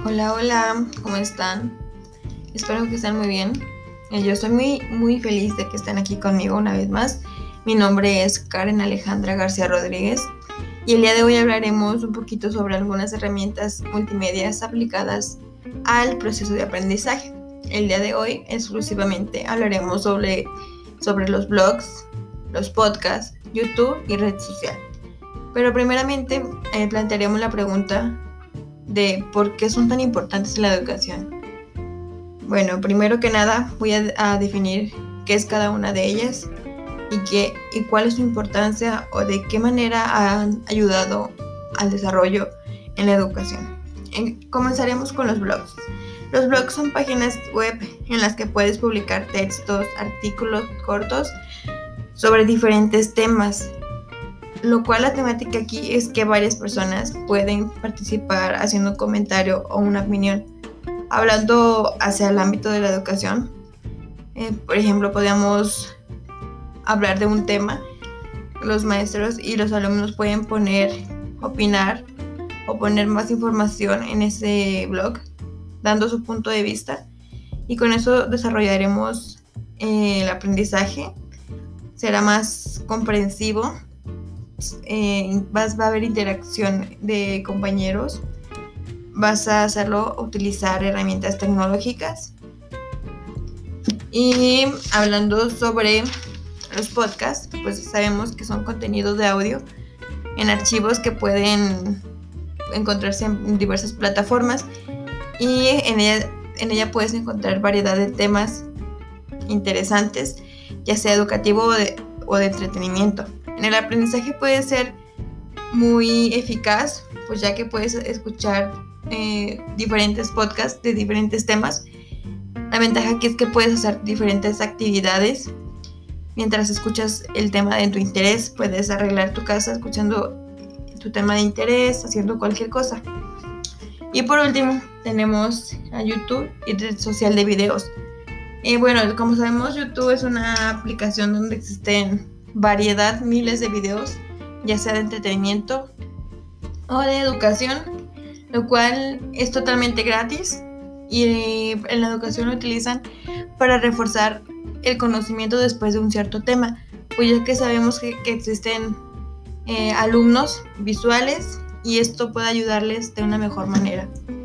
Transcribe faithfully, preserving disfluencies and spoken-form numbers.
Hola, hola, ¿cómo están? Espero que estén muy bien. Eh, Yo estoy muy, muy feliz de que estén aquí conmigo una vez más. Mi nombre es Karen Alejandra García Rodríguez y el día de hoy hablaremos un poquito sobre algunas herramientas multimedias aplicadas al proceso de aprendizaje. El día de hoy exclusivamente hablaremos sobre, sobre los blogs, los podcasts, YouTube y red social. Pero primeramente eh, plantearemos la pregunta de por qué son tan importantes en la educación. Bueno, primero que nada voy a, a definir qué es cada una de ellas y, qué, y cuál es su importancia o de qué manera han ayudado al desarrollo en la educación. En, comenzaremos con los blogs. Los blogs son páginas web en las que puedes publicar textos, artículos cortos sobre diferentes temas, lo cual la temática aquí es que varias personas pueden participar haciendo un comentario o una opinión. Hablando hacia el ámbito de la educación, eh, por ejemplo, podríamos hablar de un tema, los maestros y los alumnos pueden poner, opinar o poner más información en ese blog, dando su punto de vista, y con eso desarrollaremos eh, el aprendizaje, será más comprensivo. Eh, vas, va a haber interacción de compañeros, vas a hacerlo utilizar herramientas tecnológicas. Y hablando sobre los podcasts, pues sabemos que son contenidos de audio en archivos que pueden encontrarse en diversas plataformas y en ella, en ella puedes encontrar variedad de temas interesantes, ya sea educativo o de, o de entretenimiento. En el aprendizaje puede ser muy eficaz, pues ya que puedes escuchar eh, diferentes podcasts de diferentes temas. La ventaja aquí es que puedes hacer diferentes actividades mientras escuchas el tema de tu interés. Puedes arreglar tu casa escuchando tu tema de interés, haciendo cualquier cosa. Y por último tenemos a YouTube y red social de videos. Eh, bueno, como sabemos, YouTube es una aplicación donde existen variedad, miles de videos, ya sea de entretenimiento o de educación, lo cual es totalmente gratis y eh, en la educación lo utilizan para reforzar el conocimiento después de un cierto tema, pues ya que sabemos que, que existen eh, alumnos visuales y esto puede ayudarles de una mejor manera.